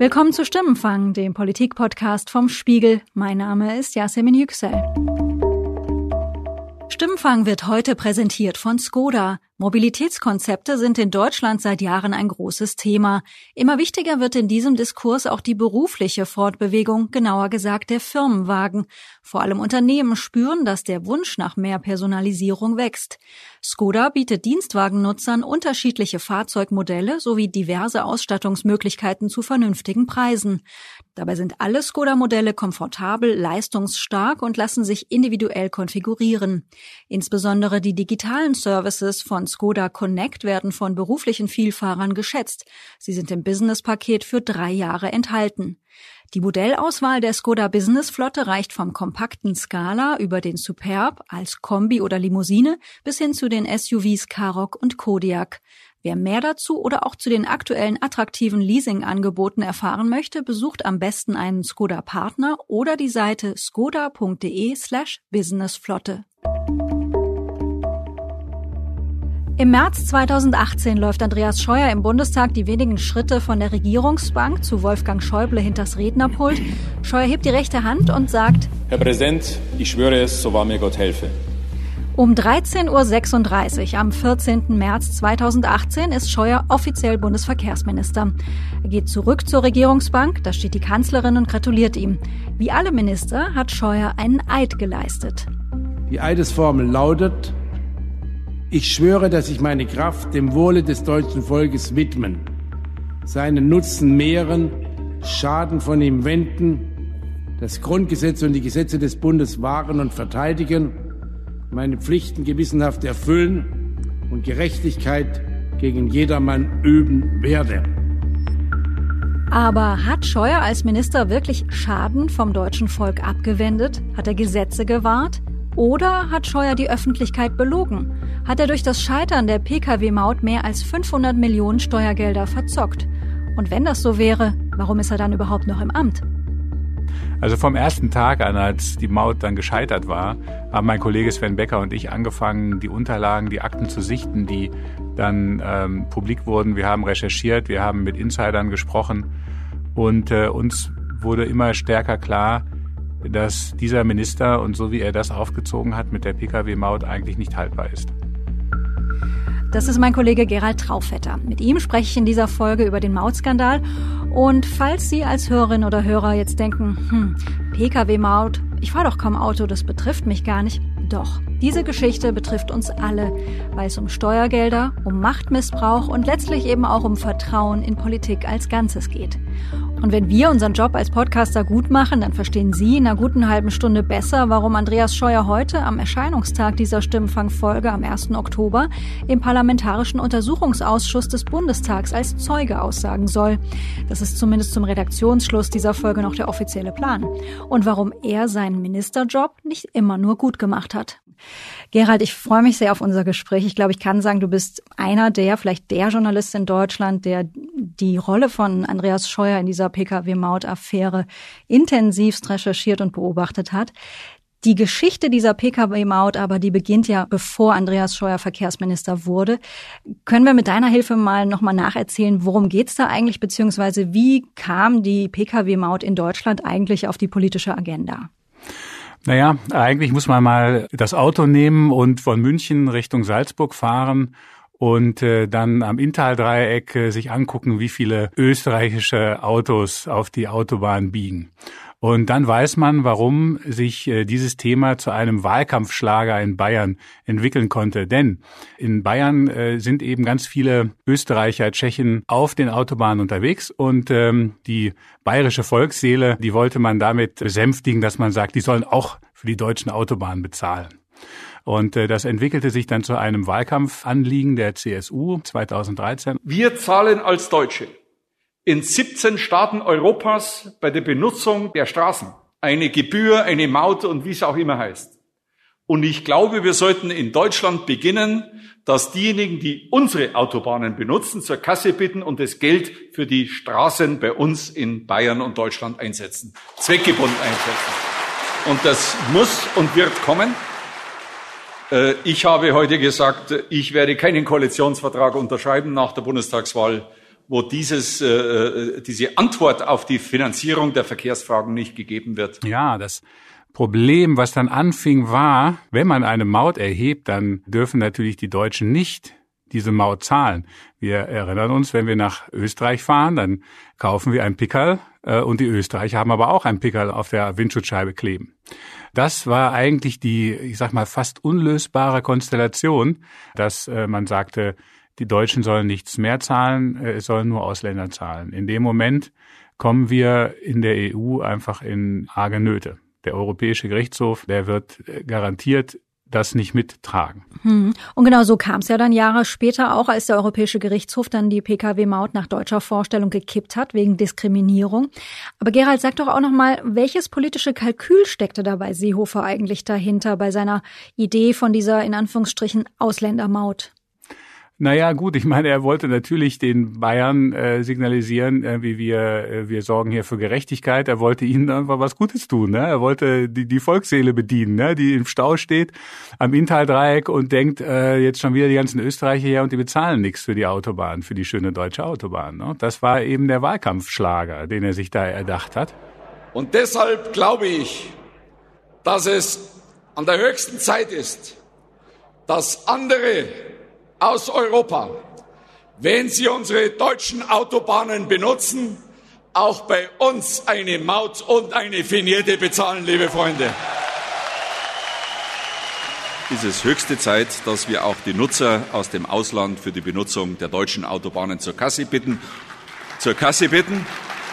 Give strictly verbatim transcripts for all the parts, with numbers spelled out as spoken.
Willkommen zu Stimmenfang, dem Politik-Podcast vom Spiegel. Mein Name ist Yasemin Yüksel. Stimmenfang wird heute präsentiert von Skoda. Mobilitätskonzepte sind in Deutschland seit Jahren ein großes Thema. Immer wichtiger wird in diesem Diskurs auch die berufliche Fortbewegung, genauer gesagt der Firmenwagen. Vor allem Unternehmen spüren, dass der Wunsch nach mehr Personalisierung wächst. Skoda bietet Dienstwagennutzern unterschiedliche Fahrzeugmodelle sowie diverse Ausstattungsmöglichkeiten zu vernünftigen Preisen. Dabei sind alle Skoda-Modelle komfortabel, leistungsstark und lassen sich individuell konfigurieren. Insbesondere die digitalen Services von Skoda Connect werden von beruflichen Vielfahrern geschätzt. Sie sind im Business-Paket für drei Jahre enthalten. Die Modellauswahl der Skoda Business-Flotte reicht vom kompakten Scala über den Superb als Kombi oder Limousine bis hin zu den S U Vs Karoq und Kodiaq. Wer mehr dazu oder auch zu den aktuellen attraktiven Leasing-Angeboten erfahren möchte, besucht am besten einen Skoda-Partner oder die Seite skoda.de slash businessflotte. Im März zweitausendachtzehn läuft Andreas Scheuer im Bundestag die wenigen Schritte von der Regierungsbank zu Wolfgang Schäuble hinters Rednerpult. Scheuer hebt die rechte Hand und sagt: Herr Präsident, ich schwöre es, so wahr mir Gott helfe. Um dreizehn Uhr sechsunddreißig am vierzehnten März zweitausendachtzehn ist Scheuer offiziell Bundesverkehrsminister. Er geht zurück zur Regierungsbank, da steht die Kanzlerin und gratuliert ihm. Wie alle Minister hat Scheuer einen Eid geleistet. Die Eidesformel lautet: Ich schwöre, dass ich meine Kraft dem Wohle des deutschen Volkes widmen, seinen Nutzen mehren, Schaden von ihm wenden, das Grundgesetz und die Gesetze des Bundes wahren und verteidigen, meine Pflichten gewissenhaft erfüllen und Gerechtigkeit gegen jedermann üben werde. Aber hat Scheuer als Minister wirklich Schaden vom deutschen Volk abgewendet? Hat er Gesetze gewahrt? Oder hat Scheuer die Öffentlichkeit belogen? Hat er durch das Scheitern der Pkw-Maut mehr als fünfhundert Millionen Steuergelder verzockt? Und wenn das so wäre, warum ist er dann überhaupt noch im Amt? Also vom ersten Tag an, als die Maut dann gescheitert war, haben mein Kollege Sven Becker und ich angefangen, die Unterlagen, die Akten zu sichten, die dann ähm, publik wurden. Wir haben recherchiert, wir haben mit Insidern gesprochen und äh, uns wurde immer stärker klar, dass dieser Minister und so wie er das aufgezogen hat mit der Pkw-Maut eigentlich nicht haltbar ist. Das ist mein Kollege Gerald Traufetter. Mit ihm spreche ich in dieser Folge über den Mautskandal. Und falls Sie als Hörerin oder Hörer jetzt denken, hm, Pkw-Maut, ich fahre doch kaum Auto, das betrifft mich gar nicht. Doch, diese Geschichte betrifft uns alle, weil es um Steuergelder, um Machtmissbrauch und letztlich eben auch um Vertrauen in Politik als Ganzes geht. Und wenn wir unseren Job als Podcaster gut machen, dann verstehen Sie in einer guten halben Stunde besser, warum Andreas Scheuer heute am Erscheinungstag dieser Stimmenfang-Folge am ersten Oktober im Parlamentarischen Untersuchungsausschuss des Bundestags als Zeuge aussagen soll. Das ist zumindest zum Redaktionsschluss dieser Folge noch der offizielle Plan. Und warum er seinen Ministerjob nicht immer nur gut gemacht hat. Gerald, ich freue mich sehr auf unser Gespräch. Ich glaube, ich kann sagen, du bist einer der, vielleicht der Journalist in Deutschland, der die Rolle von Andreas Scheuer in dieser Pkw-Maut-Affäre intensivst recherchiert und beobachtet hat. Die Geschichte dieser Pkw-Maut aber, die beginnt ja, bevor Andreas Scheuer Verkehrsminister wurde. Können wir mit deiner Hilfe mal nochmal nacherzählen, worum geht's da eigentlich, beziehungsweise wie kam die Pkw-Maut in Deutschland eigentlich auf die politische Agenda? Naja, eigentlich muss man mal das Auto nehmen und von München Richtung Salzburg fahren und äh, dann am Inntal-Dreieck äh, sich angucken, wie viele österreichische Autos auf die Autobahn biegen. Und dann weiß man, warum sich äh, dieses Thema zu einem Wahlkampfschlager in Bayern entwickeln konnte. Denn in Bayern äh, sind eben ganz viele Österreicher, Tschechen auf den Autobahnen unterwegs und ähm, die bayerische Volksseele, die wollte man damit besänftigen, dass man sagt, die sollen auch für die deutschen Autobahnen bezahlen. Und äh, das entwickelte sich dann zu einem Wahlkampfanliegen der C S U zweitausenddreizehn. Wir zahlen als Deutsche in siebzehn Staaten Europas bei der Benutzung der Straßen eine Gebühr, eine Maut und wie es auch immer heißt. Und ich glaube, wir sollten in Deutschland beginnen, dass diejenigen, die unsere Autobahnen benutzen, zur Kasse bitten und das Geld für die Straßen bei uns in Bayern und Deutschland einsetzen, zweckgebunden einsetzen. Und das muss und wird kommen. Ich habe heute gesagt, ich werde keinen Koalitionsvertrag unterschreiben nach der Bundestagswahl, wo dieses, äh, diese Antwort auf die Finanzierung der Verkehrsfragen nicht gegeben wird. Ja, das Problem, was dann anfing, war, wenn man eine Maut erhebt, dann dürfen natürlich die Deutschen nicht diese Maut zahlen. Wir erinnern uns, wenn wir nach Österreich fahren, dann kaufen wir ein Pickerl äh, und die Österreicher haben aber auch ein Pickerl auf der Windschutzscheibe kleben. Das war eigentlich die, ich sag mal, fast unlösbare Konstellation, dass äh, man sagte, die Deutschen sollen nichts mehr zahlen, äh, es sollen nur Ausländer zahlen. In dem Moment kommen wir in der E U einfach in arge Nöte. Der Europäische Gerichtshof, der wird äh, garantiert das nicht mittragen. Hm. Und genau so kam es ja dann Jahre später auch, als der Europäische Gerichtshof dann die Pkw-Maut nach deutscher Vorstellung gekippt hat, wegen Diskriminierung. Aber Gerald, sag doch auch noch mal, welches politische Kalkül steckte da bei Seehofer eigentlich dahinter, bei seiner Idee von dieser, in Anführungsstrichen, Ausländermaut? Naja, gut, ich meine, er wollte natürlich den Bayern äh, signalisieren, äh, wie wir äh, wir sorgen hier für Gerechtigkeit. Er wollte ihnen einfach was Gutes tun. Ne? Er wollte die, die Volksseele bedienen, ne? Die im Stau steht am Inntal-Dreieck und denkt, äh, jetzt schon wieder die ganzen Österreicher her und die bezahlen nichts für die Autobahn, für die schöne deutsche Autobahn. Ne? Das war eben der Wahlkampfschlager, den er sich da erdacht hat. Und deshalb glaube ich, dass es an der höchsten Zeit ist, dass andere aus Europa, wenn sie unsere deutschen Autobahnen benutzen, auch bei uns eine Maut und eine Vignette bezahlen, liebe Freunde. Es ist höchste Zeit, dass wir auch die Nutzer aus dem Ausland für die Benutzung der deutschen Autobahnen zur Kasse bitten. Zur Kasse bitten.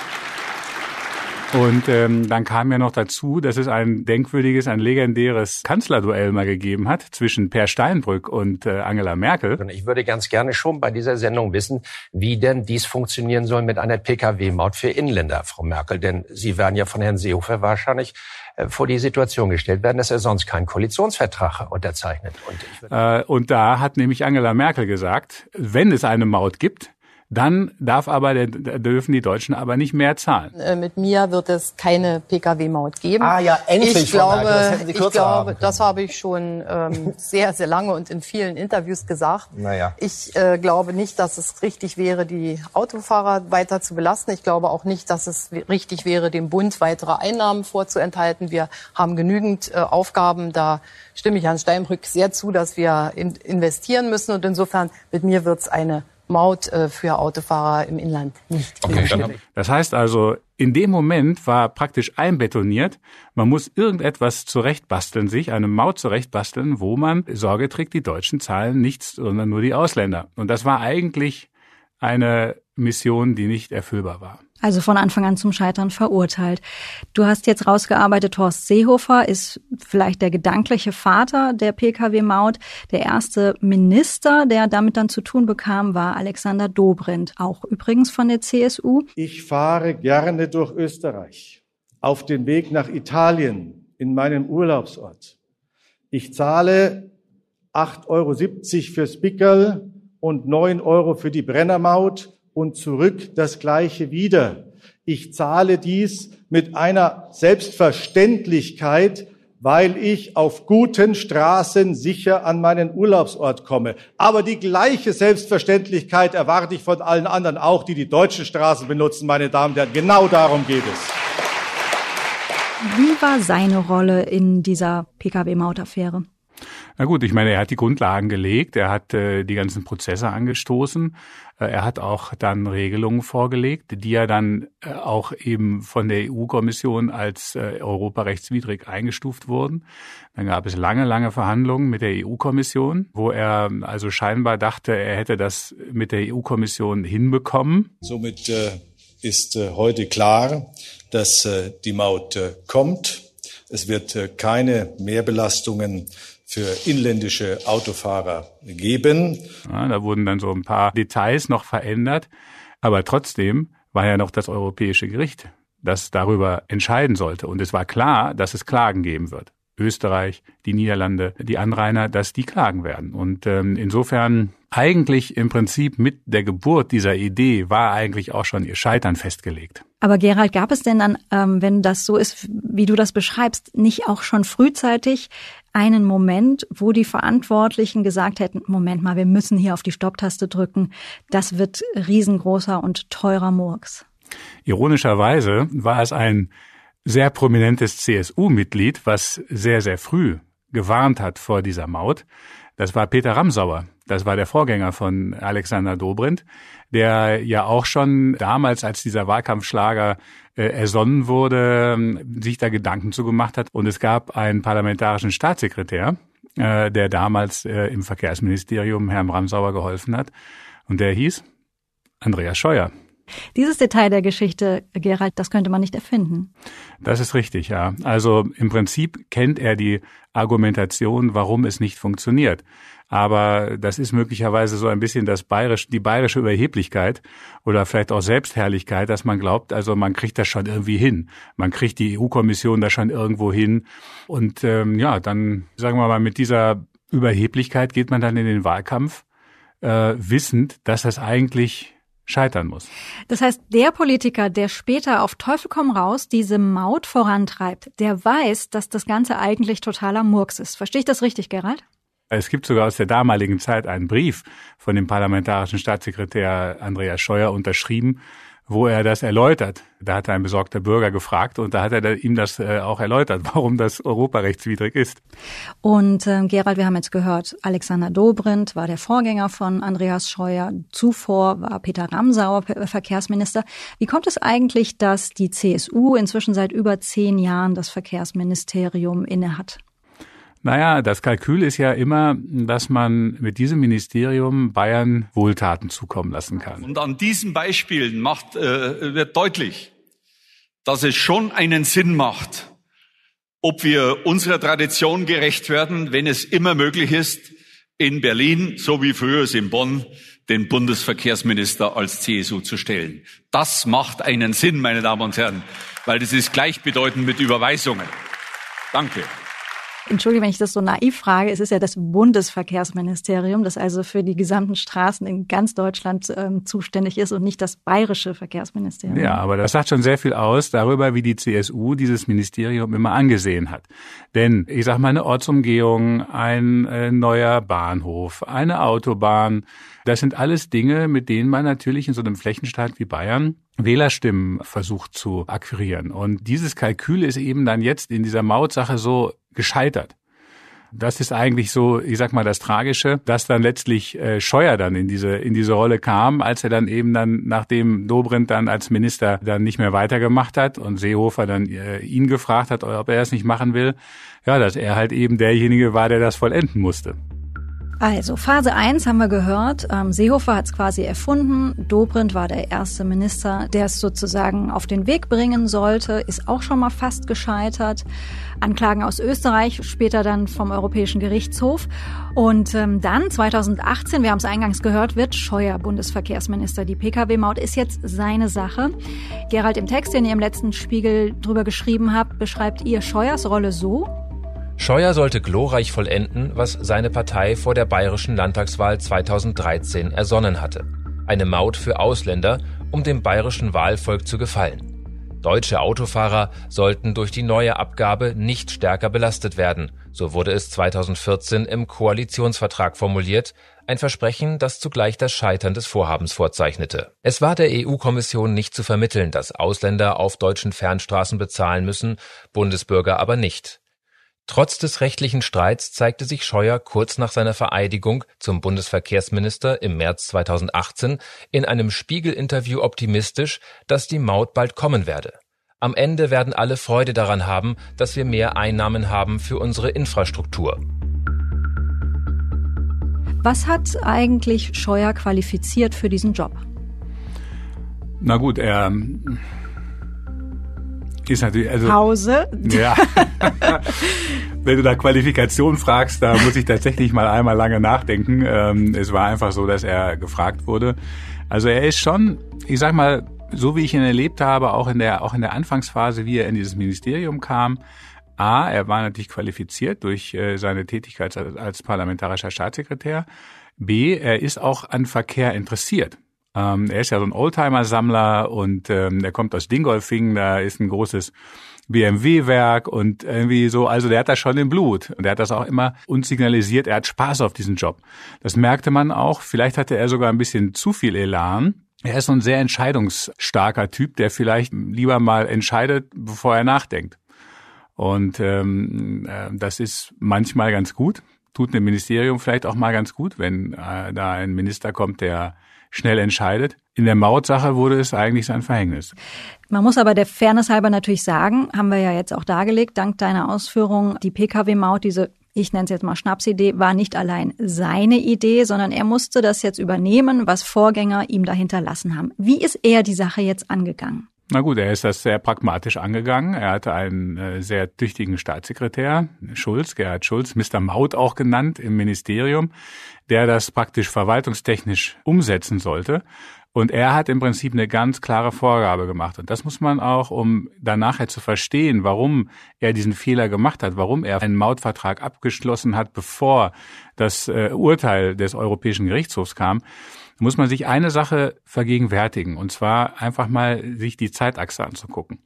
Und ähm, dann kam ja noch dazu, dass es ein denkwürdiges, ein legendäres Kanzlerduell mal gegeben hat zwischen Per Steinbrück und äh, Angela Merkel. Und ich würde ganz gerne schon bei dieser Sendung wissen, wie denn dies funktionieren soll mit einer Pkw-Maut für Inländer, Frau Merkel. Denn Sie werden ja von Herrn Seehofer wahrscheinlich äh, vor die Situation gestellt werden, dass er sonst keinen Koalitionsvertrag unterzeichnet. Und, ich würde äh, und da hat nämlich Angela Merkel gesagt, wenn es eine Maut gibt, dann darf aber der, dürfen die Deutschen aber nicht mehr zahlen. Äh, mit mir wird es keine Pkw-Maut geben. Ah ja, endlich. Ich glaube, das ich glaube, das habe ich schon ähm, sehr, sehr lange und in vielen Interviews gesagt. Naja. Ich äh, glaube nicht, dass es richtig wäre, die Autofahrer weiter zu belasten. Ich glaube auch nicht, dass es richtig wäre, dem Bund weitere Einnahmen vorzuenthalten. Wir haben genügend äh, Aufgaben. Da stimme ich Herrn Steinbrück sehr zu, dass wir in, investieren müssen. Und insofern, mit mir wird es eine Maut äh, für Autofahrer im Inland nicht. Okay. Das heißt also, in dem Moment war praktisch einbetoniert, man muss irgendetwas zurechtbasteln, sich eine Maut zurechtbasteln, wo man Sorge trägt, die Deutschen zahlen nichts, sondern nur die Ausländer. Und das war eigentlich eine Mission, die nicht erfüllbar war. Also von Anfang an zum Scheitern verurteilt. Du hast jetzt rausgearbeitet, Horst Seehofer ist vielleicht der gedankliche Vater der Pkw-Maut. Der erste Minister, der damit dann zu tun bekam, war Alexander Dobrindt, auch übrigens von der C S U. Ich fahre gerne durch Österreich, auf den Weg nach Italien, in meinen Urlaubsort. Ich zahle acht Euro siebzig fürs Pickerl und neun Euro für die Brennermaut. Und zurück das Gleiche wieder. Ich zahle dies mit einer Selbstverständlichkeit, weil ich auf guten Straßen sicher an meinen Urlaubsort komme. Aber die gleiche Selbstverständlichkeit erwarte ich von allen anderen auch, die die deutschen Straßen benutzen, meine Damen und Herren. Genau darum geht es. Wie war seine Rolle in dieser Pkw-Maut-Affäre? Na gut, ich meine, er hat die Grundlagen gelegt, er hat äh, die ganzen Prozesse angestoßen, äh, er hat auch dann Regelungen vorgelegt, die ja dann äh, auch eben von der E U-Kommission als äh, europarechtswidrig eingestuft wurden. Dann gab es lange, lange Verhandlungen mit der E U-Kommission, wo er also scheinbar dachte, er hätte das mit der E U-Kommission hinbekommen. Somit äh, ist äh, heute klar, dass äh, die Maut äh, kommt. Es wird äh, keine Mehrbelastungen für inländische Autofahrer geben. Ja, da wurden dann so ein paar Details noch verändert. Aber trotzdem war ja noch das Europäische Gericht, das darüber entscheiden sollte. Und es war klar, dass es Klagen geben wird. Österreich, die Niederlande, die Anrainer, dass die klagen werden. Und ähm, insofern eigentlich im Prinzip mit der Geburt dieser Idee war eigentlich auch schon ihr Scheitern festgelegt. Aber Gerald, gab es denn dann, ähm, wenn das so ist, wie du das beschreibst, nicht auch schon frühzeitig einen Moment, wo die Verantwortlichen gesagt hätten, Moment mal, wir müssen hier auf die Stopptaste drücken, das wird riesengroßer und teurer Murks? Ironischerweise war es ein sehr prominentes C S U-Mitglied, was sehr, sehr früh gewarnt hat vor dieser Maut. Das war Peter Ramsauer. Das war der Vorgänger von Alexander Dobrindt, der ja auch schon damals, als dieser Wahlkampfschlager äh, ersonnen wurde, sich da Gedanken zu gemacht hat. Und es gab einen parlamentarischen Staatssekretär, äh, der damals äh, im Verkehrsministerium Herrn Ramsauer geholfen hat. Und der hieß Andreas Scheuer. Dieses Detail der Geschichte, Gerald, das könnte man nicht erfinden. Das ist richtig, ja. Also im Prinzip kennt er die Argumentation, warum es nicht funktioniert. Aber das ist möglicherweise so ein bisschen das bayerisch, die bayerische Überheblichkeit oder vielleicht auch Selbstherrlichkeit, dass man glaubt, also man kriegt das schon irgendwie hin. Man kriegt die E U-Kommission da schon irgendwo hin. Und ähm, ja, dann sagen wir mal, mit dieser Überheblichkeit geht man dann in den Wahlkampf, äh, wissend, dass das eigentlich scheitern muss. Das heißt, der Politiker, der später auf Teufel komm raus diese Maut vorantreibt, der weiß, dass das Ganze eigentlich totaler Murks ist. Verstehe ich das richtig, Gerald? Es gibt sogar aus der damaligen Zeit einen Brief von dem parlamentarischen Staatssekretär Andreas Scheuer unterschrieben, wo er das erläutert. Da hat ein besorgter Bürger gefragt und da hat er ihm das äh, auch erläutert, warum das europarechtswidrig ist. Und äh, Gerald, wir haben jetzt gehört, Alexander Dobrindt war der Vorgänger von Andreas Scheuer. Zuvor war Peter Ramsauer Verkehrsminister. Wie kommt es eigentlich, dass die C S U inzwischen seit über zehn Jahren das Verkehrsministerium innehat? Naja, das Kalkül ist ja immer, dass man mit diesem Ministerium Bayern Wohltaten zukommen lassen kann. Und an diesen Beispielen macht, äh, wird deutlich, dass es schon einen Sinn macht, ob wir unserer Tradition gerecht werden, wenn es immer möglich ist, in Berlin, so wie früher es in Bonn, den Bundesverkehrsminister als C S U zu stellen. Das macht einen Sinn, meine Damen und Herren, weil das ist gleichbedeutend mit Überweisungen. Danke. Entschuldige, wenn ich das so naiv frage, es ist ja das Bundesverkehrsministerium, das also für die gesamten Straßen in ganz Deutschland ähm, zuständig ist und nicht das bayerische Verkehrsministerium. Ja, aber das sagt schon sehr viel aus darüber, wie die C S U dieses Ministerium immer angesehen hat. Denn, ich sag mal, eine Ortsumgehung, ein äh, neuer Bahnhof, eine Autobahn, das sind alles Dinge, mit denen man natürlich in so einem Flächenstaat wie Bayern Wählerstimmen versucht zu akquirieren. Und dieses Kalkül ist eben dann jetzt in dieser Mautsache so gescheitert. Das ist eigentlich so, ich sag mal, das Tragische, dass dann letztlich äh, Scheuer dann in diese in diese Rolle kam, als er dann eben dann, nachdem Dobrindt dann als Minister dann nicht mehr weitergemacht hat und Seehofer dann äh, ihn gefragt hat, ob er das nicht machen will, ja, dass er halt eben derjenige war, der das vollenden musste. Also Phase eins haben wir gehört, ähm, Seehofer hat es quasi erfunden, Dobrindt war der erste Minister, der es sozusagen auf den Weg bringen sollte, ist auch schon mal fast gescheitert. Anklagen aus Österreich, später dann vom Europäischen Gerichtshof. Und ähm, dann zweitausendachtzehn, wir haben es eingangs gehört, wird Scheuer Bundesverkehrsminister. Die P K W-Maut ist jetzt seine Sache. Gerald, im Text, den ihr im letzten Spiegel drüber geschrieben habt, beschreibt ihr Scheuers Rolle so: Scheuer sollte glorreich vollenden, was seine Partei vor der bayerischen Landtagswahl zweitausenddreizehn ersonnen hatte. Eine Maut für Ausländer, um dem bayerischen Wahlvolk zu gefallen. Deutsche Autofahrer sollten durch die neue Abgabe nicht stärker belastet werden. So wurde es zweitausendvierzehn im Koalitionsvertrag formuliert, ein Versprechen, das zugleich das Scheitern des Vorhabens vorzeichnete. Es war der E U-Kommission nicht zu vermitteln, dass Ausländer auf deutschen Fernstraßen bezahlen müssen, Bundesbürger aber nicht. Trotz des rechtlichen Streits zeigte sich Scheuer kurz nach seiner Vereidigung zum Bundesverkehrsminister im März zweitausendachtzehn in einem Spiegel-Interview optimistisch, dass die Maut bald kommen werde. Am Ende werden alle Freude daran haben, dass wir mehr Einnahmen haben für unsere Infrastruktur. Was hat eigentlich Scheuer qualifiziert für diesen Job? Na gut, er ist natürlich, also Pause. Ja. Wenn du da Qualifikation fragst, da muss ich tatsächlich mal einmal lange nachdenken. Ähm, es war einfach so, dass er gefragt wurde. Also er ist schon, ich sag mal, so wie ich ihn erlebt habe, auch in der auch in der Anfangsphase, wie er in dieses Ministerium kam. A, er war natürlich qualifiziert durch äh, seine Tätigkeit als, als parlamentarischer Staatssekretär. B, er ist auch an Verkehr interessiert. Ähm, er ist ja so ein Oldtimer-Sammler und ähm, er kommt aus Dingolfing, da ist ein großes B M W-Werk und irgendwie so, also der hat das schon im Blut. Und der hat das auch immer uns signalisiert, er hat Spaß auf diesen Job. Das merkte man auch. Vielleicht hatte er sogar ein bisschen zu viel Elan. Er ist so ein sehr entscheidungsstarker Typ, der vielleicht lieber mal entscheidet, bevor er nachdenkt. Und ähm, das ist manchmal ganz gut. Tut einem Ministerium vielleicht auch mal ganz gut, wenn äh, da ein Minister kommt, der schnell entscheidet. In der Mautsache wurde es eigentlich sein Verhängnis. Man muss aber der Fairness halber natürlich sagen, haben wir ja jetzt auch dargelegt, dank deiner Ausführungen, die P K W-Maut, diese, ich nenne es jetzt mal Schnapsidee, war nicht allein seine Idee, sondern er musste das jetzt übernehmen, was Vorgänger ihm dahinter lassen haben. Wie ist er die Sache jetzt angegangen? Na gut, er ist das sehr pragmatisch angegangen. Er hatte einen äh, sehr tüchtigen Staatssekretär, Schulz, Gerhard Schulz, Mister Maut auch genannt im Ministerium, der das praktisch verwaltungstechnisch umsetzen sollte. Und er hat im Prinzip eine ganz klare Vorgabe gemacht. Und das muss man auch, um dann nachher zu verstehen, warum er diesen Fehler gemacht hat, warum er einen Mautvertrag abgeschlossen hat, bevor das äh, Urteil des Europäischen Gerichtshofs kam, muss man sich eine Sache vergegenwärtigen, und zwar einfach mal sich die Zeitachse anzugucken.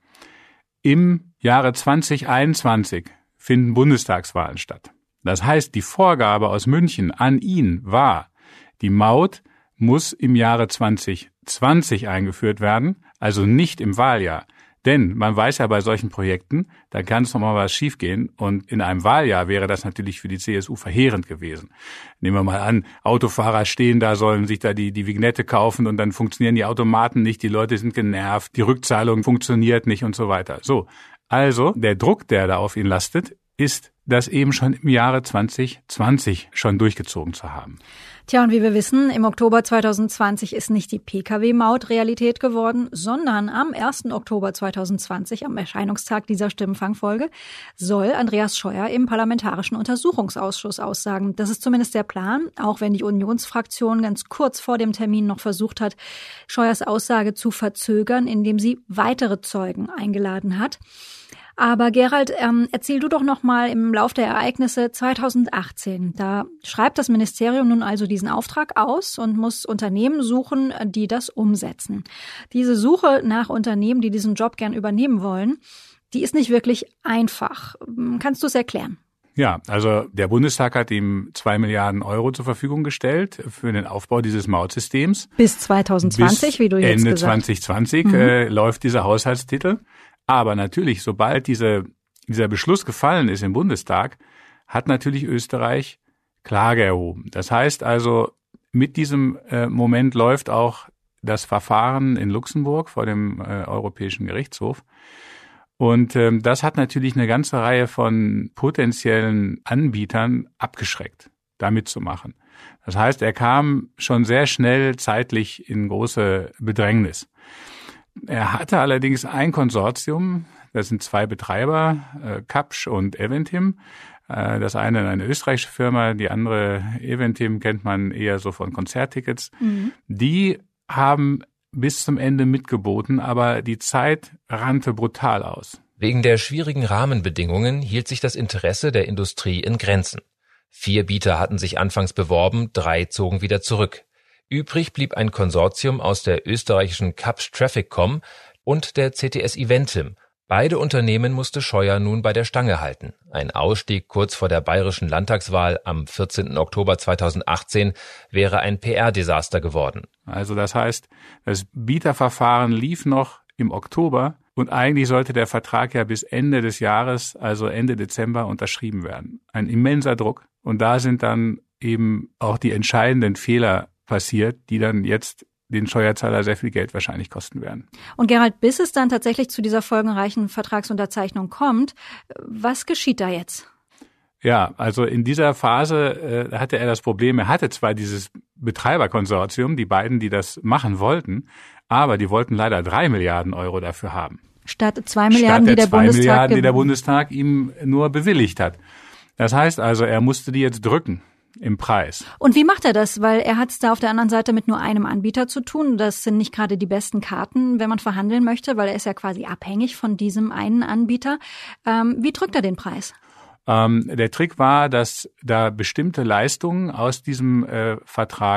Im Jahre zwanzig einundzwanzig finden Bundestagswahlen statt. Das heißt, die Vorgabe aus München an ihn war, die Maut muss im Jahre zwanzig zwanzig eingeführt werden, also nicht im Wahljahr. Denn man weiß ja bei solchen Projekten, da kann es noch mal was schiefgehen. Und in einem Wahljahr wäre das natürlich für die C S U verheerend gewesen. Nehmen wir mal an, Autofahrer stehen da, sollen sich da die, die Vignette kaufen und dann funktionieren die Automaten nicht, die Leute sind genervt, die Rückzahlung funktioniert nicht und so weiter. So, also der Druck, der da auf ihn lastet, ist, das eben schon im Jahre zwanzig zwanzig schon durchgezogen zu haben. Tja, und wie wir wissen, im Oktober zweitausendzwanzig ist nicht die P K W-Maut Realität geworden, sondern am ersten Oktober zweitausendzwanzig, am Erscheinungstag dieser Stimmenfangfolge, soll Andreas Scheuer im Parlamentarischen Untersuchungsausschuss aussagen. Das ist zumindest der Plan, auch wenn die Unionsfraktion ganz kurz vor dem Termin noch versucht hat, Scheuers Aussage zu verzögern, indem sie weitere Zeugen eingeladen hat. Aber Gerald, ähm, erzähl du doch noch mal im Lauf der Ereignisse zweitausendachtzehn. Da schreibt das Ministerium nun also diesen Auftrag aus und muss Unternehmen suchen, die das umsetzen. Diese Suche nach Unternehmen, die diesen Job gern übernehmen wollen, die ist nicht wirklich einfach. Kannst du es erklären? Ja, also der Bundestag hat ihm zwei Milliarden Euro zur Verfügung gestellt für den Aufbau dieses Mautsystems. Bis zweitausendzwanzig, Bis wie du jetzt Ende gesagt hast. zwanzig zwanzig mhm. äh, läuft dieser Haushaltstitel. Aber natürlich, sobald diese, dieser Beschluss gefallen ist im Bundestag, hat natürlich Österreich Klage erhoben. Das heißt also, mit diesem äh, Moment läuft auch das Verfahren in Luxemburg vor dem äh, Europäischen Gerichtshof. Und ähm, das hat natürlich eine ganze Reihe von potenziellen Anbietern abgeschreckt, da mitzumachen. Das heißt, er kam schon sehr schnell zeitlich in große Bedrängnis. Er hatte allerdings ein Konsortium, das sind zwei Betreiber, äh, Kapsch und Eventim. Äh, das eine eine österreichische Firma, die andere Eventim kennt man eher so von Konzerttickets. Mhm. Die haben bis zum Ende mitgeboten, aber die Zeit rannte brutal aus. Wegen der schwierigen Rahmenbedingungen hielt sich das Interesse der Industrie in Grenzen. Vier Bieter hatten sich anfangs beworben, drei zogen wieder zurück. Übrig blieb ein Konsortium aus der österreichischen Kapsch Trafficcom und der C T S Eventim. Beide Unternehmen musste Scheuer nun bei der Stange halten. Ein Ausstieg kurz vor der bayerischen Landtagswahl am vierzehnten Oktober zweitausendachtzehn wäre ein P R-Desaster geworden. Also das heißt, das Bieterverfahren lief noch im Oktober und eigentlich sollte der Vertrag ja bis Ende des Jahres, also Ende Dezember, unterschrieben werden. Ein immenser Druck. Und da sind dann eben auch die entscheidenden Fehler passiert, die dann jetzt den Steuerzahler sehr viel Geld wahrscheinlich kosten werden. Und Gerald, bis es dann tatsächlich zu dieser folgenreichen Vertragsunterzeichnung kommt, was geschieht da jetzt? Ja, also in dieser Phase äh, hatte er das Problem, er hatte zwar dieses Betreiberkonsortium, die beiden, die das machen wollten, aber die wollten leider drei Milliarden Euro dafür haben. Statt zwei Milliarden, die der zwei Bundestag Milliarden, die der Bundestag ihm nur bewilligt hat. Das heißt also, er musste die jetzt drücken im Preis. Und wie macht er das? Weil er hat es da auf der anderen Seite mit nur einem Anbieter zu tun. Das sind nicht gerade die besten Karten, wenn man verhandeln möchte, weil er ist ja quasi abhängig von diesem einen Anbieter. Ähm, wie drückt er den Preis? Ähm, der Trick war, dass da bestimmte Leistungen aus diesem äh, Vertrag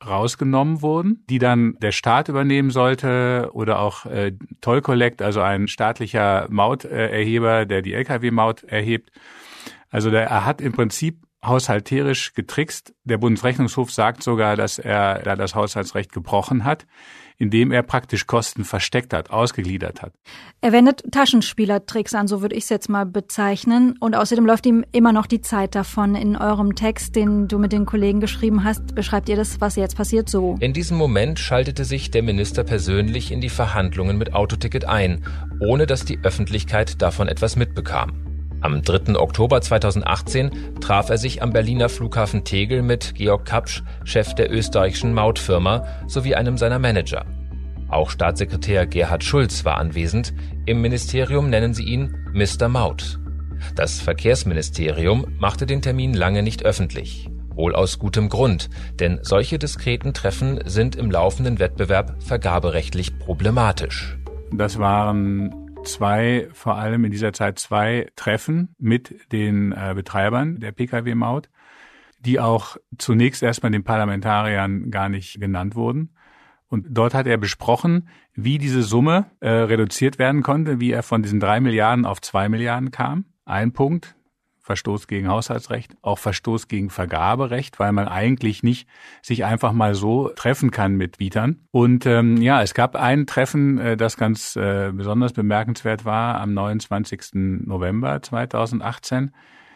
rausgenommen wurden, die dann der Staat übernehmen sollte oder auch äh, Toll Collect, also ein staatlicher Mauterheber, der die L K W-Maut erhebt. Also der, er hat im Prinzip haushalterisch getrickst. Der Bundesrechnungshof sagt sogar, dass er da das Haushaltsrecht gebrochen hat, indem er praktisch Kosten versteckt hat, ausgegliedert hat. Er wendet Taschenspielertricks an, so würde ich es jetzt mal bezeichnen. Und außerdem läuft ihm immer noch die Zeit davon. In eurem Text, den du mit den Kollegen geschrieben hast, beschreibt ihr das, was jetzt passiert, so. In diesem Moment schaltete sich der Minister persönlich in die Verhandlungen mit Autoticket ein, ohne dass die Öffentlichkeit davon etwas mitbekam. Am dritten Oktober zweitausendachtzehn traf er sich am Berliner Flughafen Tegel mit Georg Kapsch, Chef der österreichischen Mautfirma, sowie einem seiner Manager. Auch Staatssekretär Gerhard Schulz war anwesend. Im Ministerium nennen sie ihn Mister Maut. Das Verkehrsministerium machte den Termin lange nicht öffentlich. Wohl aus gutem Grund, denn solche diskreten Treffen sind im laufenden Wettbewerb vergaberechtlich problematisch. Das waren zwei, vor allem in dieser Zeit zwei Treffen mit den äh, Betreibern der P K W-Maut, die auch zunächst erstmal den Parlamentariern gar nicht genannt wurden. Und dort hat er besprochen, wie diese Summe äh, reduziert werden konnte, wie er von diesen drei Milliarden auf zwei Milliarden kam. Ein Punkt, Verstoß gegen Haushaltsrecht, auch Verstoß gegen Vergaberecht, weil man eigentlich nicht sich einfach mal so treffen kann mit Mietern. Und ähm, ja, es gab ein Treffen, äh, das ganz äh, besonders bemerkenswert war, am neunundzwanzigsten November zweitausendachtzehn.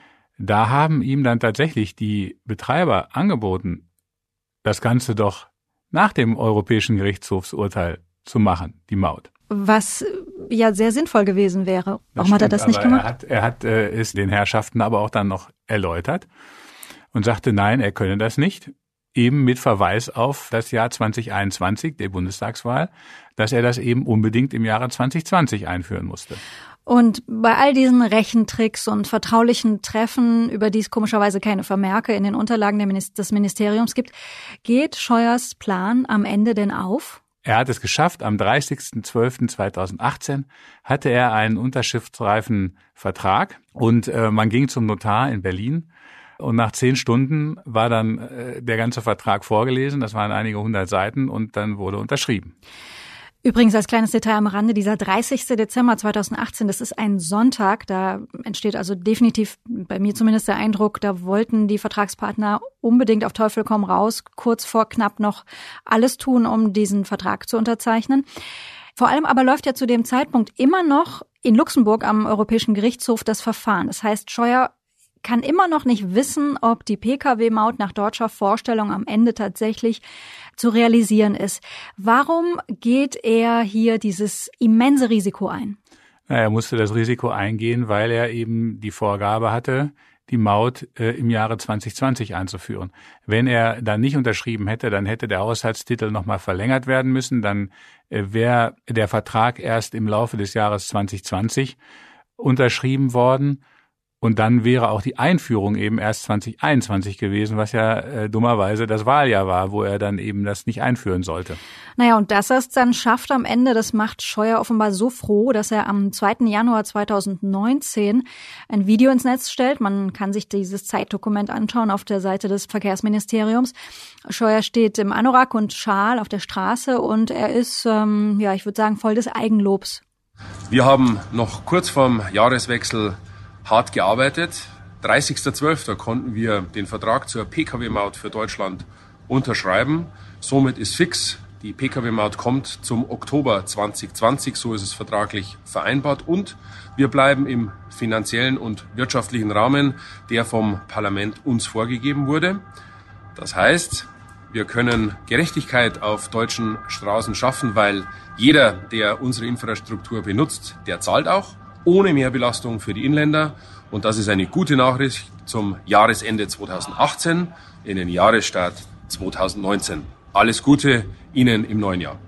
Da haben ihm dann tatsächlich die Betreiber angeboten, das Ganze doch nach dem Europäischen Gerichtshofsurteil zu machen, die Maut. Was ja sehr sinnvoll gewesen wäre. Warum hat er das nicht gemacht? Er hat, er hat äh, es den Herrschaften aber auch dann noch erläutert und sagte, nein, er könne das nicht. Eben mit Verweis auf das Jahr zweitausendeinundzwanzig, der Bundestagswahl, dass er das eben unbedingt im Jahre zweitausendzwanzig einführen musste. Und bei all diesen Rechentricks und vertraulichen Treffen, über die es komischerweise keine Vermerke in den Unterlagen des Ministeriums gibt, geht Scheuers Plan am Ende denn auf? Er hat es geschafft. Am dreißigsten zwölften zweitausendachtzehn hatte er einen unterschriftsreifen Vertrag und äh, man ging zum Notar in Berlin. Und nach zehn Stunden war dann äh, der ganze Vertrag vorgelesen. Das waren einige hundert Seiten und dann wurde unterschrieben. Übrigens als kleines Detail am Rande, dieser dreißigsten Dezember zweitausendachtzehn, das ist ein Sonntag, da entsteht also definitiv bei mir zumindest der Eindruck, da wollten die Vertragspartner unbedingt auf Teufel komm raus, kurz vor knapp noch alles tun, um diesen Vertrag zu unterzeichnen. Vor allem aber läuft ja zu dem Zeitpunkt immer noch in Luxemburg am Europäischen Gerichtshof das Verfahren. Das heißt, Scheuer kann immer noch nicht wissen, ob die P K W-Maut nach deutscher Vorstellung am Ende tatsächlich zu realisieren ist. Warum geht er hier dieses immense Risiko ein? Na, er musste das Risiko eingehen, weil er eben die Vorgabe hatte, die Maut äh, im Jahre zweitausendzwanzig einzuführen. Wenn er dann nicht unterschrieben hätte, dann hätte der Haushaltstitel nochmal verlängert werden müssen. Dann äh, wäre der Vertrag erst im Laufe des Jahres zweitausendzwanzig unterschrieben worden. Und dann wäre auch die Einführung eben erst zweitausendeinundzwanzig gewesen, was ja äh, dummerweise das Wahljahr war, wo er dann eben das nicht einführen sollte. Naja, und dass er es dann schafft am Ende, das macht Scheuer offenbar so froh, dass er am zweiten Januar zweitausendneunzehn ein Video ins Netz stellt. Man kann sich dieses Zeitdokument anschauen auf der Seite des Verkehrsministeriums. Scheuer steht im Anorak und Schal auf der Straße und er ist, ähm, ja, ich würde sagen, voll des Eigenlobs. Wir haben noch kurz vorm Jahreswechsel hart gearbeitet. dreißigsten zwölften konnten wir den Vertrag zur P K W-Maut für Deutschland unterschreiben. Somit ist fix, die P K W-Maut kommt zum Oktober zweitausendzwanzig, so ist es vertraglich vereinbart. Und wir bleiben im finanziellen und wirtschaftlichen Rahmen, der vom Parlament uns vorgegeben wurde. Das heißt, wir können Gerechtigkeit auf deutschen Straßen schaffen, weil jeder, der unsere Infrastruktur benutzt, der zahlt auch, ohne Mehrbelastung für die Inländer. Und das ist eine gute Nachricht zum Jahresende zweitausendachtzehn, in den Jahresstart zweitausendneunzehn. Alles Gute Ihnen im neuen Jahr.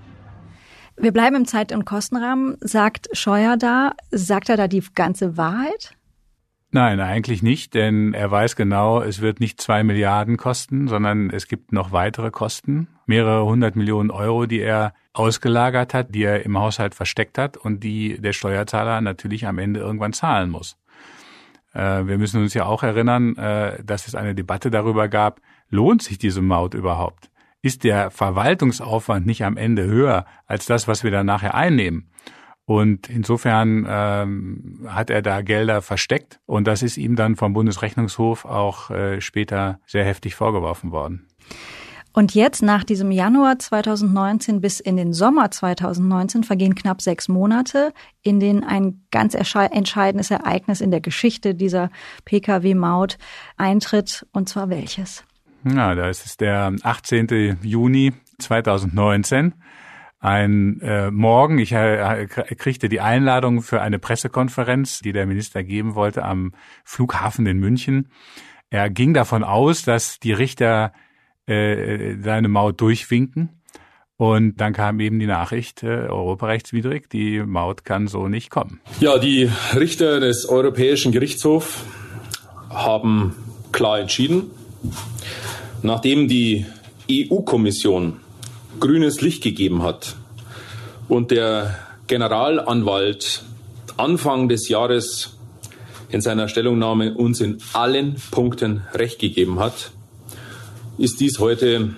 Wir bleiben im Zeit- und Kostenrahmen, sagt Scheuer da. Sagt er da die ganze Wahrheit? Nein, eigentlich nicht, denn er weiß genau, es wird nicht zwei Milliarden kosten, sondern es gibt noch weitere Kosten, mehrere hundert Millionen Euro, die er ausgelagert hat, die er im Haushalt versteckt hat und die der Steuerzahler natürlich am Ende irgendwann zahlen muss. Äh, wir müssen uns ja auch erinnern, äh, dass es eine Debatte darüber gab, lohnt sich diese Maut überhaupt? ist der Verwaltungsaufwand nicht am Ende höher als das, was wir dann nachher einnehmen. Und insofern ähm, hat er da Gelder versteckt. Und das ist ihm dann vom Bundesrechnungshof auch äh, später sehr heftig vorgeworfen worden. Und jetzt, nach diesem Januar zweitausendneunzehn bis in den Sommer zweitausendneunzehn, vergehen knapp sechs Monate, in denen ein ganz entscheidendes Ereignis in der Geschichte dieser Pkw-Maut eintritt. Und zwar welches? Ja, da ist es der achtzehnten Juni zweitausendneunzehn. Ein äh, Morgen, ich äh, kriegte die Einladung für eine Pressekonferenz, die der Minister geben wollte am Flughafen in München. Er ging davon aus, dass die Richter äh, seine Maut durchwinken. Und dann kam eben die Nachricht, äh, europarechtswidrig, die Maut kann so nicht kommen. Ja, die Richter des Europäischen Gerichtshofs haben klar entschieden, nachdem die E U-Kommission grünes Licht gegeben hat und der Generalanwalt Anfang des Jahres in seiner Stellungnahme uns in allen Punkten Recht gegeben hat, ist dies heute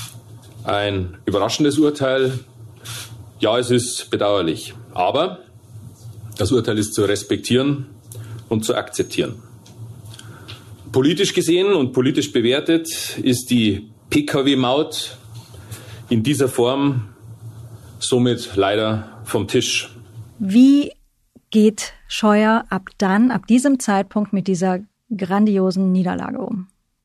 ein überraschendes Urteil. Ja, es ist bedauerlich, aber das Urteil ist zu respektieren und zu akzeptieren. Politisch gesehen und politisch bewertet ist die Pkw-Maut in dieser Form somit leider vom Tisch. Wie geht Scheuer ab dann, ab diesem Zeitpunkt mit dieser grandiosen Niederlage um?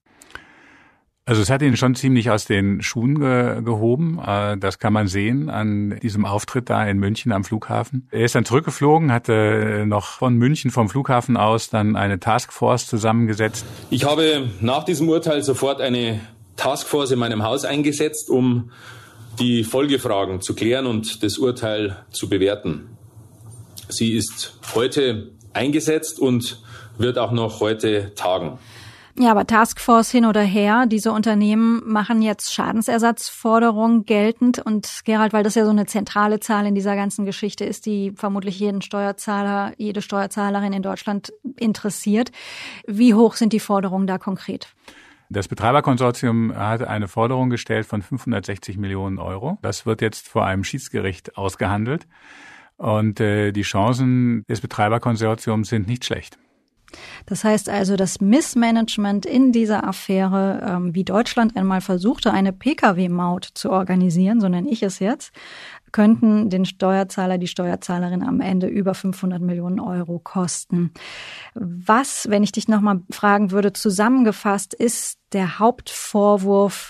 Also es hat ihn schon ziemlich aus den Schuhen ge- gehoben. Das kann man sehen an diesem Auftritt da in München am Flughafen. Er ist dann zurückgeflogen, hatte noch von München vom Flughafen aus dann eine Taskforce zusammengesetzt. Ich habe nach diesem Urteil sofort eine Taskforce in meinem Haus eingesetzt, um die Folgefragen zu klären und das Urteil zu bewerten. Sie ist heute eingesetzt und wird auch noch heute tagen. Ja, aber Taskforce hin oder her, diese Unternehmen machen jetzt Schadensersatzforderungen geltend. Und Gerald, weil das ja so eine zentrale Zahl in dieser ganzen Geschichte ist, die vermutlich jeden Steuerzahler, jede Steuerzahlerin in Deutschland interessiert. Wie hoch sind die Forderungen da konkret? Das Betreiberkonsortium hat eine Forderung gestellt von fünfhundertsechzig Millionen Euro. Das wird jetzt vor einem Schiedsgericht ausgehandelt. Und äh, die Chancen des Betreiberkonsortiums sind nicht schlecht. Das heißt also, das Missmanagement in dieser Affäre, ähm, wie Deutschland einmal versuchte, eine Pkw-Maut zu organisieren, so nenne ich es jetzt, könnten den Steuerzahler, die Steuerzahlerin am Ende über fünfhundert Millionen Euro kosten. Was, wenn ich dich nochmal fragen würde, zusammengefasst ist der Hauptvorwurf,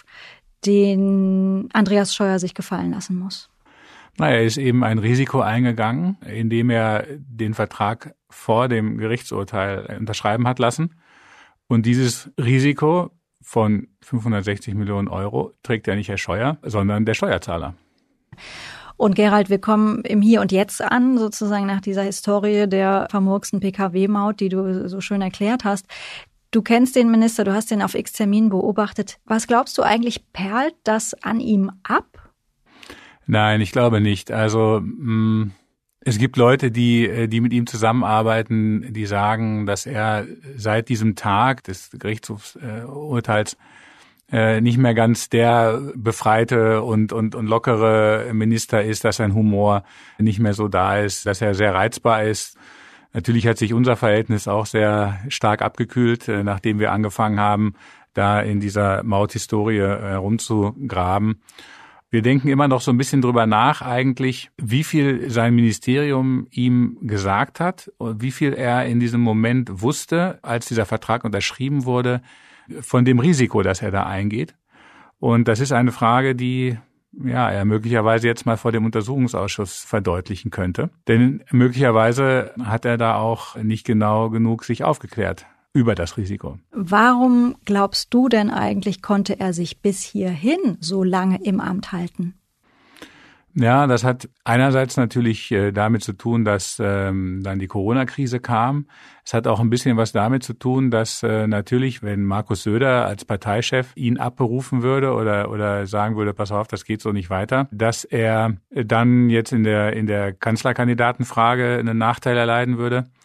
den Andreas Scheuer sich gefallen lassen muss? Na, er ist eben ein Risiko eingegangen, indem er den Vertrag vor dem Gerichtsurteil unterschreiben hat lassen. Und dieses Risiko von fünfhundertsechzig Millionen Euro trägt ja nicht Herr Scheuer, sondern der Steuerzahler. Und Gerald, wir kommen im Hier und Jetzt an, sozusagen nach dieser Historie der vermurksten Pkw-Maut, die du so schön erklärt hast. Du kennst den Minister, du hast den auf X-Termin beobachtet. Was glaubst du eigentlich, perlt das an ihm ab? Nein, ich glaube nicht. Also mh, es gibt Leute, die die mit ihm zusammenarbeiten, die sagen, dass er seit diesem Tag des Gerichtshofsurteils äh, nicht mehr ganz der befreite und und und lockere Minister ist, dass sein Humor nicht mehr so da ist, dass er sehr reizbar ist. Natürlich hat sich unser Verhältnis auch sehr stark abgekühlt, äh, nachdem wir angefangen haben, da in dieser Mauthistorie herumzugraben. Wir denken immer noch so ein bisschen drüber nach eigentlich, wie viel sein Ministerium ihm gesagt hat und wie viel er in diesem Moment wusste, als dieser Vertrag unterschrieben wurde, von dem Risiko, das er da eingeht. Und das ist eine Frage, die ja er möglicherweise jetzt mal vor dem Untersuchungsausschuss verdeutlichen könnte. Denn möglicherweise hat er da auch nicht genau genug sich aufgeklärt über das Risiko. Warum glaubst du denn eigentlich, konnte er sich bis hierhin so lange im Amt halten? Ja, das hat einerseits natürlich äh, damit zu tun, dass ähm, dann die Corona-Krise kam. Es hat auch ein bisschen was damit zu tun, dass äh, natürlich, wenn Markus Söder als Parteichef ihn abberufen würde oder oder sagen würde, pass auf, das geht so nicht weiter, dass er dann jetzt in der in der Kanzlerkandidatenfrage einen Nachteil erleiden würde.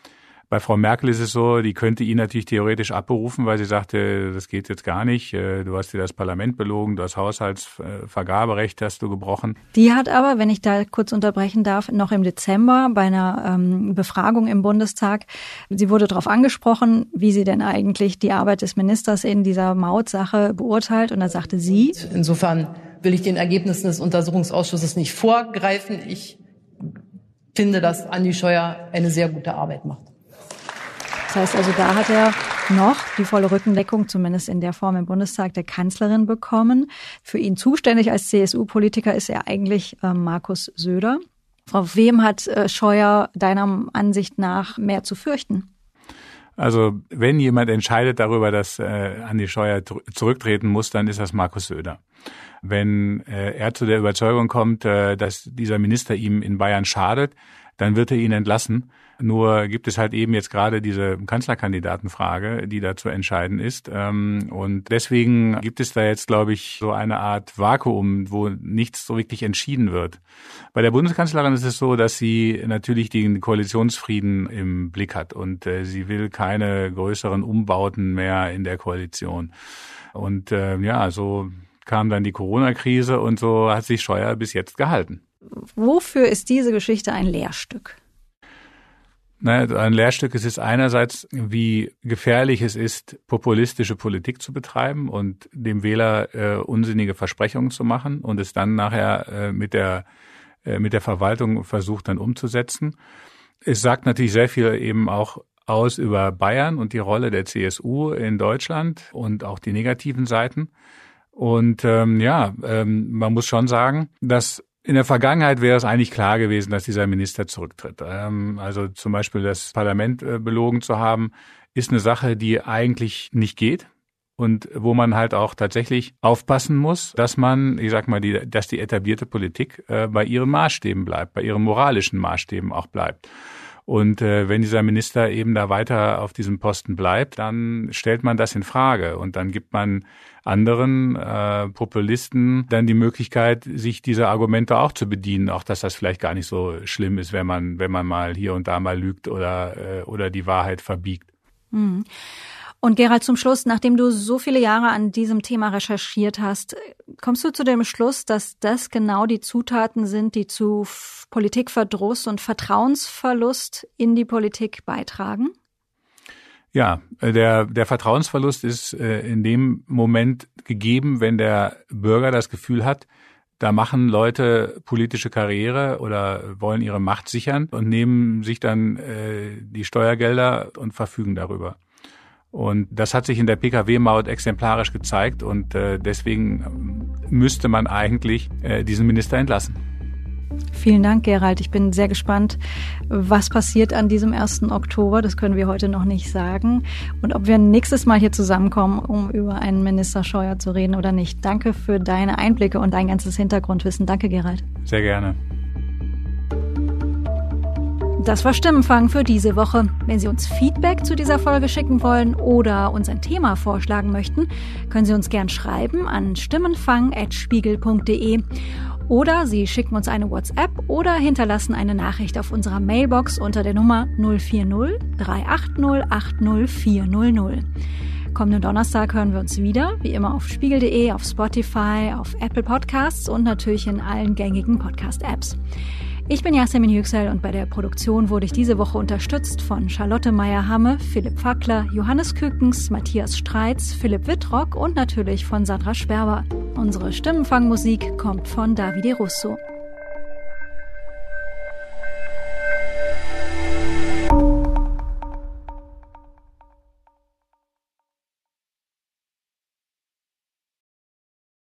Bei Frau Merkel ist es so, die könnte ihn natürlich theoretisch abberufen, weil sie sagte, das geht jetzt gar nicht. Du hast dir das Parlament belogen, du hast Haushaltsvergaberecht hast du gebrochen. Die hat aber, wenn ich da kurz unterbrechen darf, noch im Dezember bei einer ähm, Befragung im Bundestag, sie wurde darauf angesprochen, wie sie denn eigentlich die Arbeit des Ministers in dieser Mautsache beurteilt. Und da sagte sie: Insofern will ich den Ergebnissen des Untersuchungsausschusses nicht vorgreifen. Ich finde, dass Andi Scheuer eine sehr gute Arbeit macht. Das heißt also, da hat er noch die volle Rückendeckung, zumindest in der Form im Bundestag, der Kanzlerin bekommen. Für ihn zuständig als C S U-Politiker ist er eigentlich äh, Markus Söder. Auf wem hat äh, Scheuer deiner Ansicht nach mehr zu fürchten? Also wenn jemand entscheidet darüber, dass äh, Andi Scheuer zurücktreten muss, dann ist das Markus Söder. Wenn äh, er zu der Überzeugung kommt, äh, dass dieser Minister ihm in Bayern schadet, dann wird er ihn entlassen. Nur gibt es halt eben jetzt gerade diese Kanzlerkandidatenfrage, die da zu entscheiden ist. Und deswegen gibt es da jetzt, glaube ich, so eine Art Vakuum, wo nichts so wirklich entschieden wird. Bei der Bundeskanzlerin ist es so, dass sie natürlich den Koalitionsfrieden im Blick hat und sie will keine größeren Umbauten mehr in der Koalition. Und ja, so kam dann die Corona-Krise und so hat sich Scheuer bis jetzt gehalten. Wofür ist diese Geschichte ein Lehrstück? Naja, ein Lehrstück ist es einerseits, wie gefährlich es ist, populistische Politik zu betreiben und dem Wähler äh, unsinnige Versprechungen zu machen und es dann nachher äh, mit der äh, mit der Verwaltung versucht dann umzusetzen. Es sagt natürlich sehr viel eben auch aus über Bayern und die Rolle der C S U in Deutschland und auch die negativen Seiten. Und ähm, ja, ähm, man muss schon sagen, dass in der Vergangenheit wäre es eigentlich klar gewesen, dass dieser Minister zurücktritt. Ähm, also zum Beispiel das Parlament äh, belogen zu haben, ist eine Sache, die eigentlich nicht geht und wo man halt auch tatsächlich aufpassen muss, dass man, ich sag mal, die, dass die etablierte Politik äh, bei ihren Maßstäben bleibt, bei ihren moralischen Maßstäben auch bleibt. Und äh, wenn dieser Minister eben da weiter auf diesem Posten bleibt, dann stellt man das in Frage und dann gibt man anderen äh, Populisten dann die Möglichkeit, sich dieser Argumente auch zu bedienen, auch dass das vielleicht gar nicht so schlimm ist, wenn man wenn man mal hier und da mal lügt oder äh, oder die Wahrheit verbiegt. Mhm. Und Gerald, zum Schluss, nachdem du so viele Jahre an diesem Thema recherchiert hast, kommst du zu dem Schluss, dass das genau die Zutaten sind, die zu Politikverdruss und Vertrauensverlust in die Politik beitragen? Ja, der, der Vertrauensverlust ist äh, in dem Moment gegeben, wenn der Bürger das Gefühl hat, da machen Leute politische Karriere oder wollen ihre Macht sichern und nehmen sich dann äh, die Steuergelder und verfügen darüber. Und das hat sich in der P K W-Maut exemplarisch gezeigt und äh, deswegen müsste man eigentlich äh, diesen Minister entlassen. Vielen Dank, Gerald. Ich bin sehr gespannt, was passiert an diesem ersten Oktober. Das können wir heute noch nicht sagen. Und ob wir nächstes Mal hier zusammenkommen, um über einen Minister Scheuer zu reden oder nicht. Danke für deine Einblicke und dein ganzes Hintergrundwissen. Danke, Gerald. Sehr gerne. Das war Stimmenfang für diese Woche. Wenn Sie uns Feedback zu dieser Folge schicken wollen oder uns ein Thema vorschlagen möchten, können Sie uns gern schreiben an stimmenfang at spiegel punkt de oder Sie schicken uns eine WhatsApp oder hinterlassen eine Nachricht auf unserer Mailbox unter der Nummer null vier null drei acht null acht null vier null null. Kommenden Donnerstag hören wir uns wieder, wie immer auf spiegel punkt de, auf Spotify, auf Apple Podcasts und natürlich in allen gängigen Podcast-Apps. Ich bin Yasemin Yüksel und bei der Produktion wurde ich diese Woche unterstützt von Charlotte Meyer-Hamme, Philipp Fackler, Johannes Kükens, Matthias Streitz, Philipp Wittrock und natürlich von Sandra Sperber. Unsere Stimmenfangmusik kommt von Davide Russo.